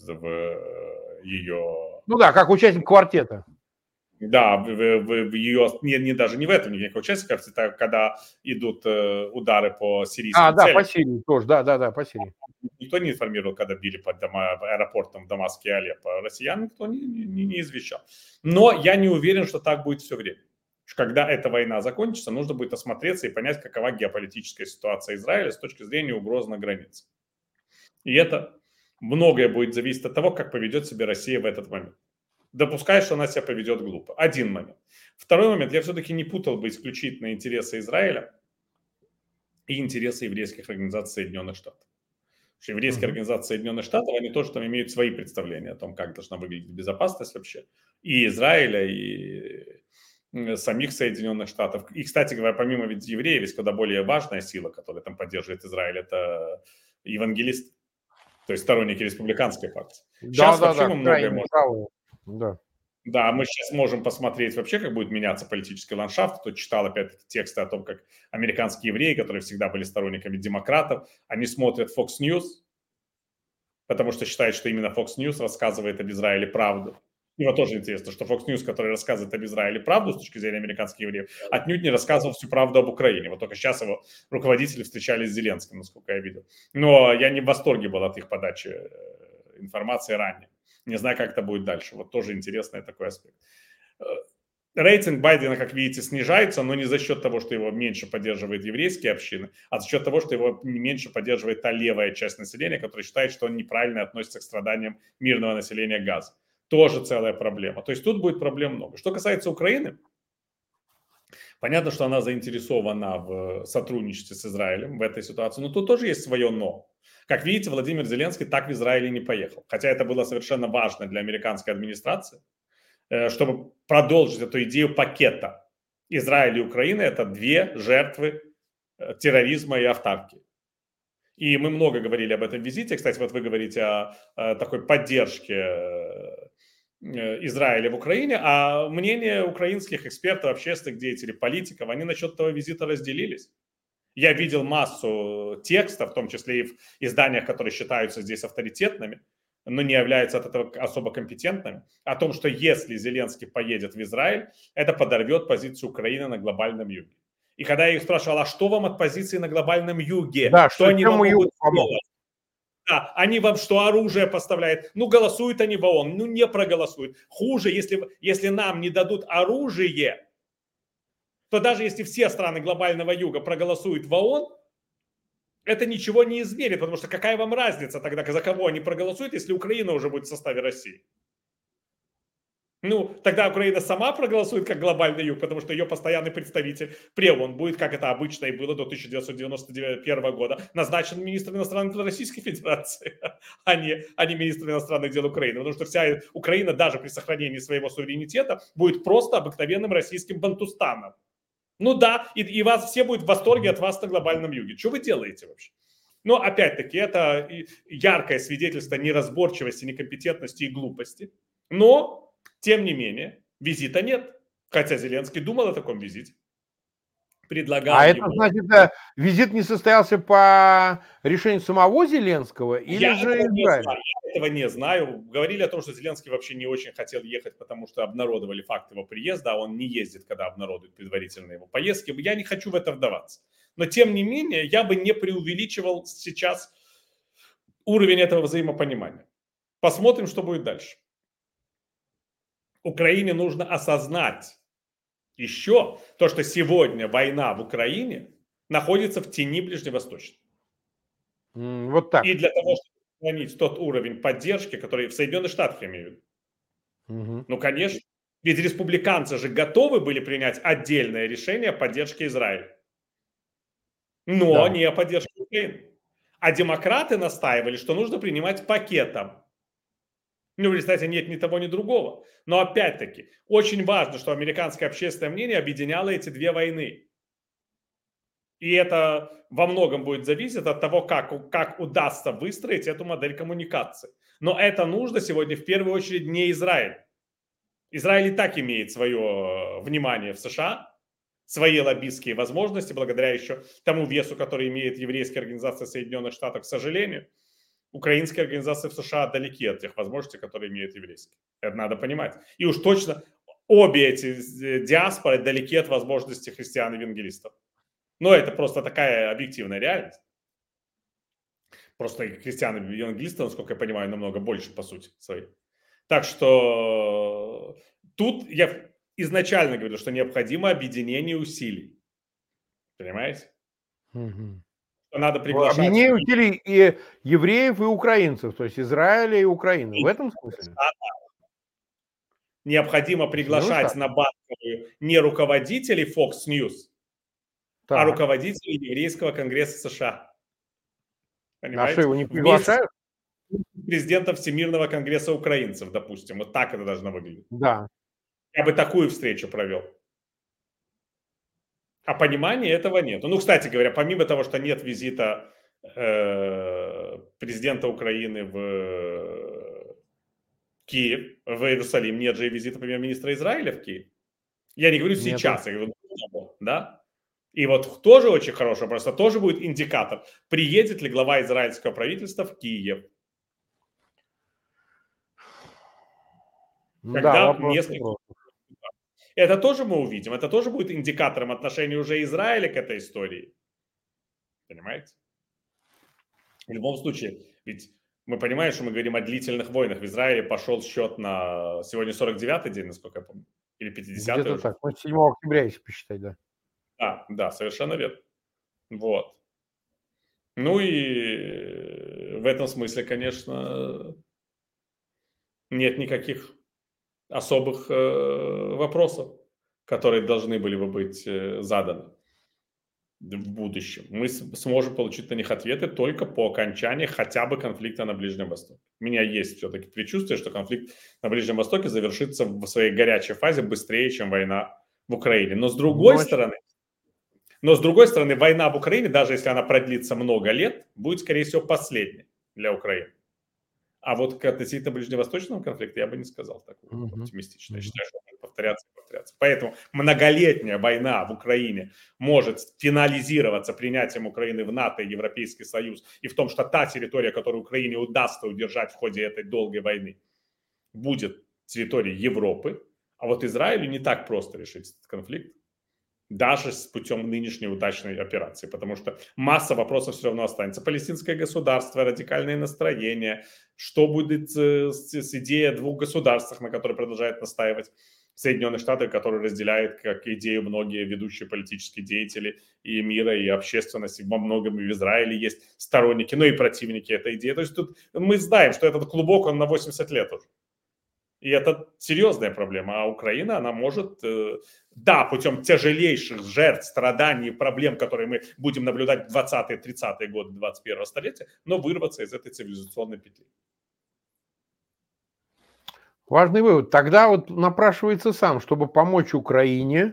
в ее... Ну да, как участник квартета. Да, в, в, в ее, не, не даже не в этом, никакого участия, кажется, это когда идут э, удары по сирийским а, целям. А, да, по Сирии тоже, да, да, да, по Сирии. Никто не информировал, когда били по дома, аэропортам в Дамаске и Алеппо. Россиян никто не, не, не извещал. Но я не уверен, что так будет все время. Когда эта война закончится, нужно будет осмотреться и понять, какова геополитическая ситуация Израиля с точки зрения угроз на границе. И это многое будет зависеть от того, как поведет себя Россия в этот момент. Допускаю, что она себя поведет глупо. Один момент. Второй момент. Я все-таки не путал бы исключительно интересы Израиля и интересы еврейских организаций Соединенных Штатов. Потому что еврейские mm-hmm. организации Соединенных Штатов, они тоже там имеют свои представления о том, как должна выглядеть безопасность вообще. И Израиля, и самих Соединенных Штатов. И, кстати говоря, помимо ведь евреев, есть куда более важная сила, которая там поддерживает Израиль, это евангелисты, то есть сторонники республиканской партии. Да, сейчас да, вообще да, мы многое можем... Да. Да, мы сейчас можем посмотреть вообще, как будет меняться политический ландшафт. Кто читал, опять-таки, тексты о том, как американские евреи, которые всегда были сторонниками демократов, они смотрят Fox News, потому что считают, что именно Fox News рассказывает об Израиле правду. И вот тоже интересно, что Fox News, который рассказывает об Израиле правду с точки зрения американских евреев, отнюдь не рассказывал всю правду об Украине. Вот только сейчас его руководители встречались с Зеленским, насколько я видел. Но я не в восторге был от их подачи информации ранее. Не знаю, как это будет дальше. Вот тоже интересный такой аспект. Рейтинг Байдена, как видите, снижается, но не за счет того, что его меньше поддерживают еврейские общины, а за счет того, что его меньше поддерживает та левая часть населения, которая считает, что он неправильно относится к страданиям мирного населения Газа. Тоже целая проблема. То есть тут будет проблем много. Что касается Украины, понятно, что она заинтересована в сотрудничестве с Израилем в этой ситуации, но тут тоже есть свое «но». Как видите, Владимир Зеленский так в Израиле не поехал. Хотя это было совершенно важно для американской администрации, чтобы продолжить эту идею пакета. Израиль и Украина – это две жертвы терроризма и автарки. И мы много говорили об этом визите. Кстати, вот вы говорите о, о такой поддержке Израиля в Украине, а мнение украинских экспертов, общественных деятелей, политиков, они насчет этого визита разделились. Я видел массу текстов, в том числе и в изданиях, которые считаются здесь авторитетными, но не являются от этого особо компетентными, о том, что если Зеленский поедет в Израиль, это подорвет позицию Украины на глобальном юге. И когда я их спрашивал, а что вам от позиции на глобальном юге? Да, что, что они вам могут сделать? Да, они вам что, оружие поставляют? Ну, голосуют они в ООН, ну, не проголосуют. Хуже, если, если нам не дадут оружие, то даже если все страны глобального юга проголосуют в ООН, это ничего не измерит, потому что какая вам разница тогда, за кого они проголосуют, если Украина уже будет в составе России? Ну, тогда Украина сама проголосует как глобальный юг, потому что ее постоянный представитель при ООН будет, как это обычно и было до тысяча девятьсот девяносто первого года, назначен министром иностранных дел Российской Федерации, а не, а не министром иностранных дел Украины. Потому что вся Украина, даже при сохранении своего суверенитета, будет просто обыкновенным российским бантустаном. Ну да, и, и вас все будут в восторге от вас на глобальном юге. Что вы делаете вообще? Но опять-таки это яркое свидетельство неразборчивости, некомпетентности и глупости. Но, тем не менее, визита нет. Хотя Зеленский думал о таком визите. Предлагал а его. это значит, да, визит не состоялся по решению самого Зеленского или Я же этого не Израиля? знаю. Я этого не знаю. Говорили о том, что Зеленский вообще не очень хотел ехать, потому что обнародовали факт его приезда, а он не ездит, когда обнародуют предварительно его поездки. Я не хочу в это вдаваться. Но, тем не менее, я бы не преувеличивал сейчас уровень этого взаимопонимания. Посмотрим, что будет дальше. Украине нужно осознать еще то, что сегодня война в Украине находится в тени ближневосточной. Вот так. И для того, чтобы сохранить тот уровень поддержки, который в Соединенных Штатах, я имею в виду. Угу. Ну, конечно. Ведь республиканцы же готовы были принять отдельное решение о поддержке Израиля. Но да. не о поддержке Украины. А демократы настаивали, что нужно принимать пакетом. Ну, в результате нет ни того, ни другого. Но опять-таки, очень важно, что американское общественное мнение объединяло эти две войны. И это во многом будет зависеть от того, как, как удастся выстроить эту модель коммуникации. Но это нужно сегодня в первую очередь не Израиль. Израиль и так имеет свое внимание в США, свои лоббистские возможности, благодаря еще тому весу, который имеет еврейская организация Соединенных Штатов, к сожалению. Украинские организации в США далеки от тех возможностей, которые имеют еврейские. Это надо понимать. И уж точно обе эти диаспоры далеки от возможностей христиан-евангелистов. Но это просто такая объективная реальность. Просто христиан-евангелистов, насколько я понимаю, намного больше по сути своей. Так что тут я изначально говорю, что необходимо объединение усилий. Понимаете? Угу. Надо приглашать... Объединение усилий и евреев, и украинцев, то есть Израиля и Украины. В этом смысле? Необходимо приглашать на банковую не руководителей Fox News, так. а руководителей еврейского конгресса США. Понимаете? А что, его не приглашают? Президента Всемирного конгресса украинцев, допустим. Вот так это должно выглядеть. Да. Я бы такую встречу провел. А понимания этого нет. Ну, кстати говоря, помимо того, что нет визита э, президента Украины в Киев, в Иерусалим, нет же и визита премьер-министра Израиля в Киев. Я не говорю сейчас, нет. Я говорю, да? И вот тоже очень хороший вопрос, это тоже будет индикатор, приедет ли глава израильского правительства в Киев. Когда да, несколько... Это тоже мы увидим, это тоже будет индикатором отношения уже Израиля к этой истории. Понимаете? В любом случае, ведь мы понимаем, что мы говорим о длительных войнах. В Израиле пошел счет на сегодня сорок девятый день, насколько я помню. Или пятидесятые Где-то уже. так. Ну, седьмого октября, если посчитать, да. Да, да, совершенно верно. Вот. Ну и в этом смысле, конечно, нет никаких особых э, вопросов, которые должны были бы быть э, заданы в будущем. Мы с- сможем получить на них ответы только по окончании хотя бы конфликта на Ближнем Востоке. У меня есть все-таки предчувствие, что конфликт на Ближнем Востоке завершится в своей горячей фазе быстрее, чем война в Украине. Но с другой Ну, стороны, но с другой стороны, война в Украине, даже если она продлится много лет, будет, скорее всего, последней для Украины. А вот к относительно ближневосточного конфликта я бы не сказал так вот мгм, оптимистично. Я мгм. считаю, что он будет повторяться и повторяться. Поэтому многолетняя война в Украине может финализироваться принятием Украины в НАТО и Европейский Союз, и в том, что та территория, которую Украине удастся удержать в ходе этой долгой войны, будет территорией Европы. А вот Израилю не так просто решить этот конфликт, даже с путем нынешней удачной операции, потому что масса вопросов все равно останется. Палестинское государство, радикальные настроения, что будет с, с идеей о двух государствах, на которой продолжает настаивать Соединенные Штаты, которые разделяют как идею многие ведущие политические деятели и мира, и общественности. Во многом и в Израиле есть сторонники, но и противники этой идеи. То есть тут мы знаем, что этот клубок, он на восемьдесят лет уже. И это серьезная проблема. А Украина, она может, э, да, путем тяжелейших жертв, страданий, проблем, которые мы будем наблюдать в двадцатые-тридцатые годы двадцать первого столетия, но вырваться из этой цивилизационной петли. Важный вывод. Тогда вот напрашивается сам, чтобы помочь Украине,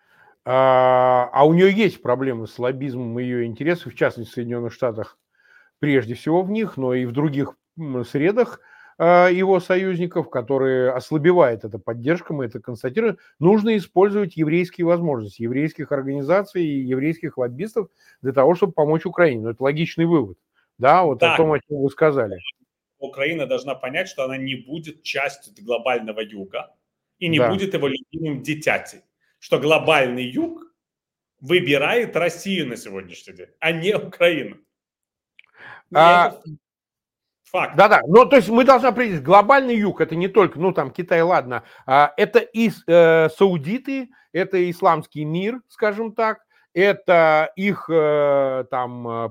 а, а у нее есть проблемы с лоббизмом ее интересов, в частности, в Соединенных Штатах, прежде всего в них, но и в других м, средах а, его союзников, которые ослабевает эта поддержка, мы это констатируем, нужно использовать еврейские возможности, еврейских организаций и еврейских лоббистов для того, чтобы помочь Украине. Но это логичный вывод, да, вот о Да, том, о чем вы сказали. Украина должна понять, что она не будет частью глобального юга и не Да. будет его любимым дитятей. Что глобальный юг выбирает Россию на сегодняшний день, а не Украину. И А, это факт. Да-да, ну то есть мы должны определить, глобальный юг это не только, ну там Китай, ладно, а, это и э, саудиты, это исламский мир, скажем так, это их э, там э,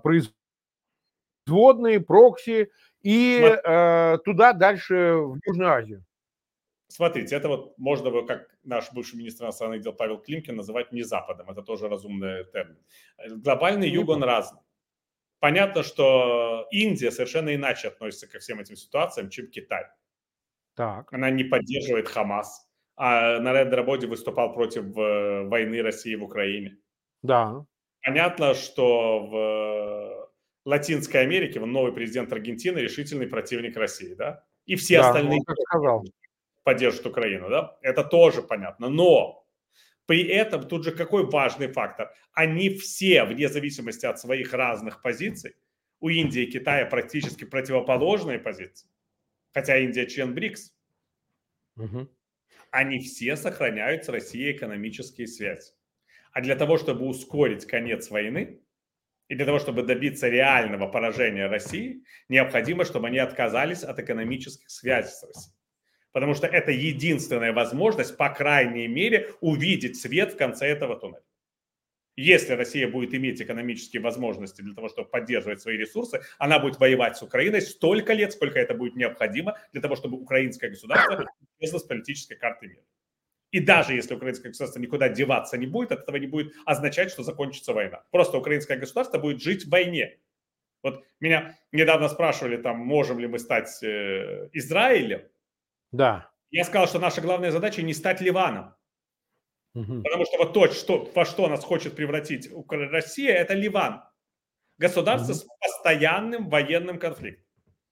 производные, прокси и Смотри, э, туда дальше в Южную Азию. Смотрите, это вот можно, бы, как наш бывший министр иностранных дел Павел Климкин, называть не Западом. Это тоже разумный термин. Глобальный юг, он Неплохо. разный. Понятно, что Индия совершенно иначе относится ко всем этим ситуациям, чем Китай. Так, Она не поддерживает Хамас. А Нарендра Моди выступал против э, войны России в Украине. да, Понятно, что в Латинской Америке новый президент Аргентины решительный противник России, да? И все да, остальные он так сказал. поддержат Украину, да? Это тоже понятно. Но при этом тут же какой важный фактор? Они все, вне зависимости от своих разных позиций, у Индии и Китая практически противоположные позиции, хотя Индия член БРИКС, Мгм. они все сохраняют с Россией экономические связи. А для того, чтобы ускорить конец войны, и для того, чтобы добиться реального поражения России, необходимо, чтобы они отказались от экономических связей с Россией. Потому что это единственная возможность, по крайней мере, увидеть свет в конце этого туннеля. Если Россия будет иметь экономические возможности для того, чтобы поддерживать свои ресурсы, она будет воевать с Украиной столько лет, сколько это будет необходимо для того, чтобы украинское государство исчезло с политической карты мира. И даже если украинское государство никуда деваться не будет, от этого не будет означать, что закончится война. Просто украинское государство будет жить в войне. Вот меня недавно спрашивали, там, можем ли мы стать э, Израилем. Да. Я сказал, что наша главная задача не стать Ливаном. Мгм. Потому что вот то, что, во что нас хочет превратить Россия, это Ливан. Государство Мгм. с постоянным военным конфликтом.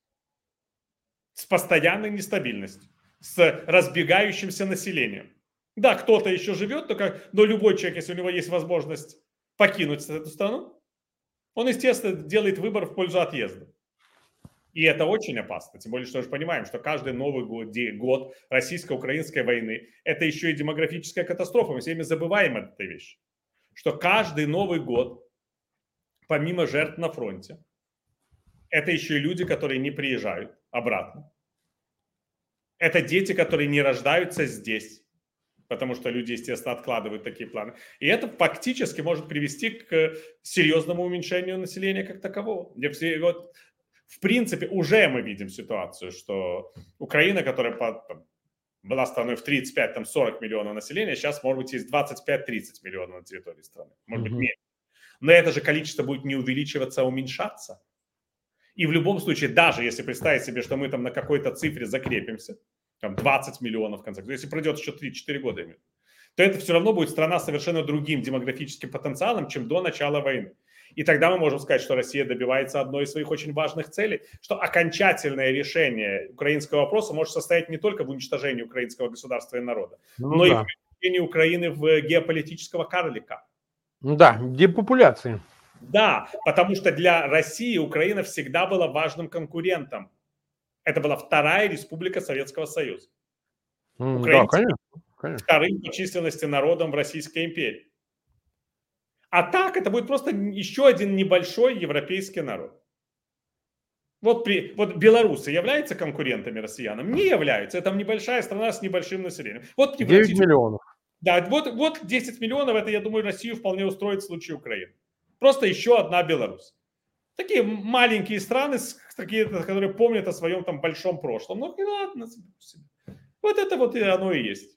С постоянной нестабильностью. С разбегающимся населением. Да, кто-то еще живет, только, но любой человек, если у него есть возможность покинуть эту страну, он, естественно, делает выбор в пользу отъезда. И это очень опасно. Тем более, что мы же понимаем, что каждый Новый год, год российско-украинской войны – это еще и демографическая катастрофа. Мы все время забываем этой вещи. Что каждый Новый год, помимо жертв на фронте, это еще и люди, которые не приезжают обратно. Это дети, которые не рождаются здесь. потому что люди, естественно, откладывают такие планы. И это фактически может привести к серьезному уменьшению населения как такового. Вот, в принципе, уже мы видим ситуацию, что Украина, которая по, была страной в тридцать пять сорок миллионов населения, сейчас, может быть, есть двадцать пять тридцать миллионов на территории страны. Может быть, меньше. Но это же количество будет не увеличиваться, а уменьшаться. И в любом случае, даже если представить себе, что мы там на какой-то цифре закрепимся, там двадцать миллионов в конце концов, если пройдет еще три-четыре года, то это все равно будет страна с совершенно другим демографическим потенциалом, чем до начала войны. И тогда мы можем сказать, что Россия добивается одной из своих очень важных целей, что окончательное решение украинского вопроса может состоять не только в уничтожении украинского государства и народа, ну, но да. и в превращении Украины в геополитического карлика. Да, депопуляции. Да, потому что для России Украина всегда была важным конкурентом. Это была вторая республика Советского Союза. Украина да, конечно, конечно. Вторым по численности народом в Российской империи. А так это будет просто еще один небольшой европейский народ. Вот, при, вот белорусы являются конкурентами россиянам? Не являются. Это небольшая страна с небольшим населением. Вот девять миллионов. Да, вот, вот десять миллионов, это, я думаю, Россию вполне устроит в случае Украины. Просто еще одна Беларусь. Такие маленькие страны, такие, которые помнят о своем там большом прошлом. Ну, ладно. Вот это вот и оно и есть.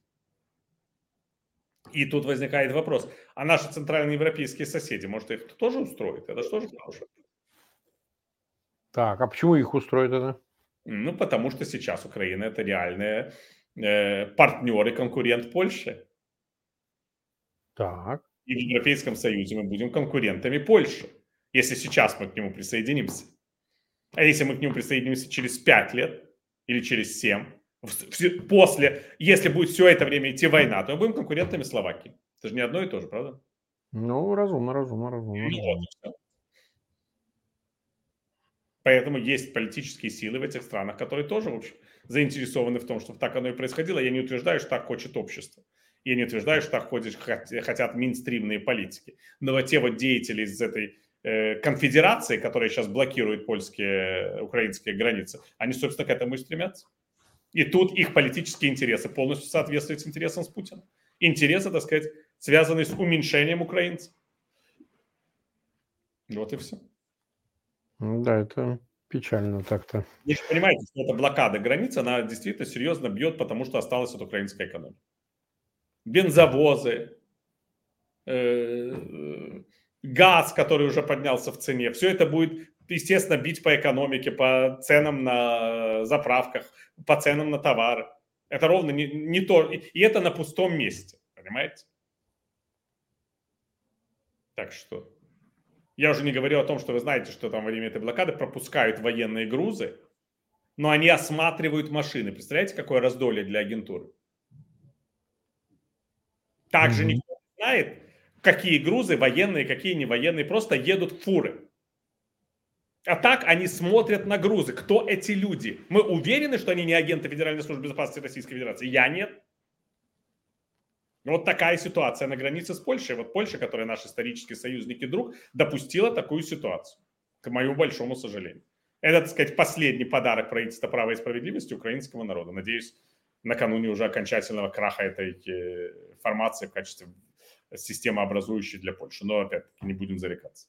И тут возникает вопрос, а наши центральноевропейские соседи, может, их тоже устроит? Это что же хорошее? Так, а почему их устроит это? Ну, потому что сейчас Украина – это реальные э, партнер и конкурент Польши. Так. И в Европейском Союзе мы будем конкурентами Польши, если сейчас мы к нему присоединимся. А если мы к нему присоединимся через пять лет или через семь, после, если будет все это время идти война, то мы будем конкурентами Словакии. Это же не одно и то же, правда? Ну, разумно, разумно, разумно. Ну, вот, поэтому есть политические силы в этих странах, которые тоже, в общем, заинтересованы в том, чтобы так оно и происходило. Я не утверждаю, что так хочет общество. Я не утверждаю, что так ходят, хотят мейнстримные политики. Но вот те вот деятели из этой э, конфедерации, которые сейчас блокируют польские, украинские границы, они, собственно, к этому и стремятся. И тут их политические интересы полностью соответствуют интересам с Путиным. Интересы, так сказать, связанные с уменьшением украинцев. Вот и все. Да, это печально так-то. Вы же понимаете, что эта блокада границы, она действительно серьезно бьет, потому что осталась от украинской экономики. Бензовозы, э, газ, который уже поднялся в цене, все это будет, естественно, бить по экономике, по ценам на заправках, по ценам на товары. Это ровно не, не то, и это на пустом месте, понимаете? Так что, я уже не говорю о том, что вы знаете, что там во время этой блокады пропускают военные грузы, но они осматривают машины. Представляете, какое раздолье для агентуры? Также mm-hmm. никто не знает, какие грузы военные, какие не военные, просто едут фуры. А так они смотрят на грузы. Кто эти люди? Мы уверены, что они не агенты Федеральной службы безопасности Российской Федерации? Я нет. Вот такая ситуация на границе с Польшей. Вот Польша, которая наш исторический союзник и друг, допустила такую ситуацию, к моему большому сожалению. Это, так сказать, последний подарок правительства права и справедливости украинскому народу. Надеюсь, накануне уже окончательного краха этой формации в качестве системообразующей для Польши. Но, опять-таки, не будем зарекаться.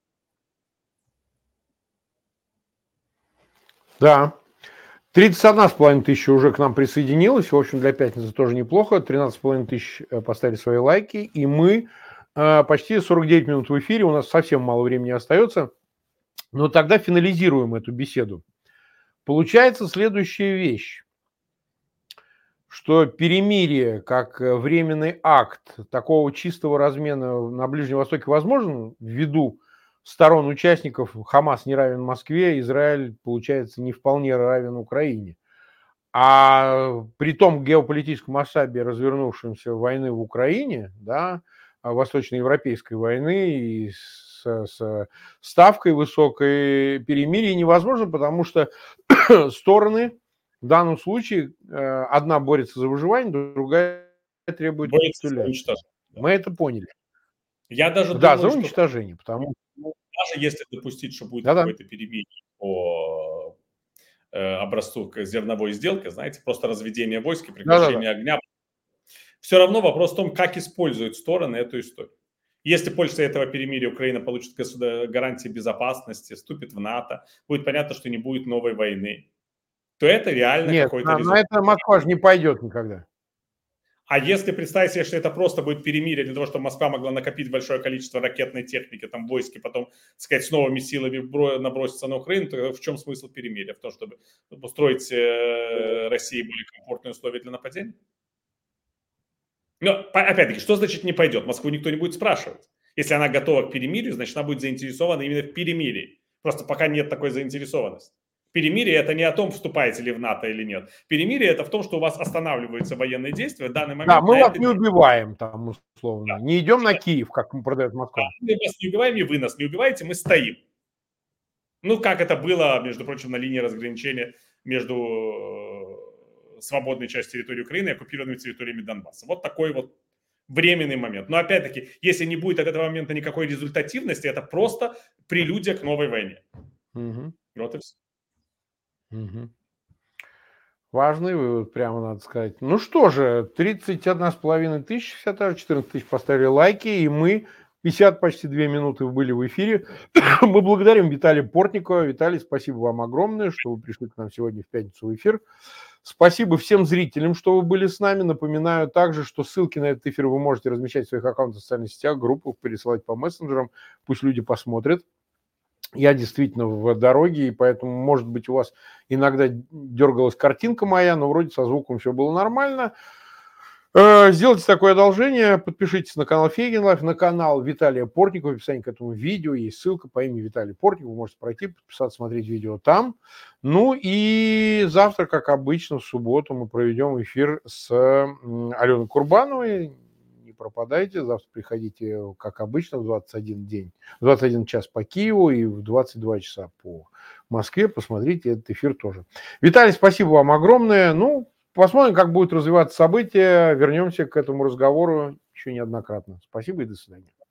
Да. тридцать одна с половиной тысячи уже к нам присоединилось. В общем, для пятницы тоже неплохо. тринадцать с половиной тысяч поставили свои лайки. И мы почти сорок девять минут в эфире. У нас совсем мало времени остается. Но тогда финализируем эту беседу. Получается следующая вещь. Что перемирие, как временный акт такого чистого размена на Ближнем Востоке возможен ввиду сторон участников. Хамас не равен Москве, Израиль, получается, не вполне равен Украине. А при том геополитическом масштабе развернувшемся войны в Украине, да, восточноевропейской войны и с, с ставкой высокой, перемирие невозможно, потому что стороны в данном случае одна борется за выживание, другая требует капитуляции. Мы это поняли. Я даже да, думаю, за уничтожение, что... потому даже если допустить, что будет Да-да. какое-то перемирие по э, образцу зерновой сделки, знаете, просто разведение войск и прекращение Да-да-да. огня, Все равно вопрос в том, как используют стороны эту историю. Если после этого перемирия Украина получит гарантии безопасности, вступит в НАТО, будет понятно, что не будет новой войны, то это реально Нет, какой-то на, на результат. это Москва же не пойдет никогда. А если представить себе, что это просто будет перемирие для того, чтобы Москва могла накопить большое количество ракетной техники, там войски, потом, так сказать, с новыми силами наброситься на Украину, то в чем смысл перемирия? В том, чтобы устроить э, России более комфортные условия для нападения? Но, опять-таки, что значит не пойдет? Москву никто не будет спрашивать. Если она готова к перемирию, значит, она будет заинтересована именно в перемирии. Просто пока нет такой заинтересованности. Перемирие – это не о том, вступаете ли в НАТО или нет. Перемирие – это в том, что у вас останавливаются военные действия в данный момент. Да, мы вас это... не убиваем, там, условно. Да. Не идем на Киев, как продает Москва. Да, мы вас не убиваем, и вы нас не убиваете, мы стоим. Ну, как это было, между прочим, на линии разграничения между свободной частью территории Украины и оккупированными территориями Донбасса. Вот такой вот временный момент. Но опять-таки, если не будет от этого момента никакой результативности, это просто прелюдия к новой войне. Угу. Вот и все. Угу. Важный вывод, прямо надо сказать. Ну что же, тридцать одна с половиной тысячи, четырнадцать тысяч поставили лайки, и мы пятьдесят почти две минуты были в эфире. Мы благодарим Виталия Портникова. Виталий, спасибо вам огромное, что вы пришли к нам сегодня в пятницу в эфир. Спасибо всем зрителям, что вы были с нами. Напоминаю также, что ссылки на этот эфир вы можете размещать в своих аккаунтах в социальных сетях, группах, пересылать по мессенджерам. Пусть люди посмотрят. Я действительно в дороге, и поэтому, может быть, у вас иногда дергалась картинка моя, но вроде со звуком все было нормально. Сделайте такое одолжение, подпишитесь на канал Фейгин Лайф, на канал Виталия Портникова. В описании к этому видео есть ссылка по имени Виталий Портников. Вы можете пройти, подписаться, смотреть видео там. Ну и завтра, как обычно, в субботу мы проведем эфир с Аленой Курбановой. Не пропадайте, завтра приходите, как обычно, в двадцать один день, в двадцать один час по Киеву и в двадцать два часа по Москве. Посмотрите этот эфир тоже. Виталий, спасибо вам огромное. Ну, посмотрим, как будут развиваться события. Вернемся к этому разговору еще неоднократно. Спасибо и до свидания.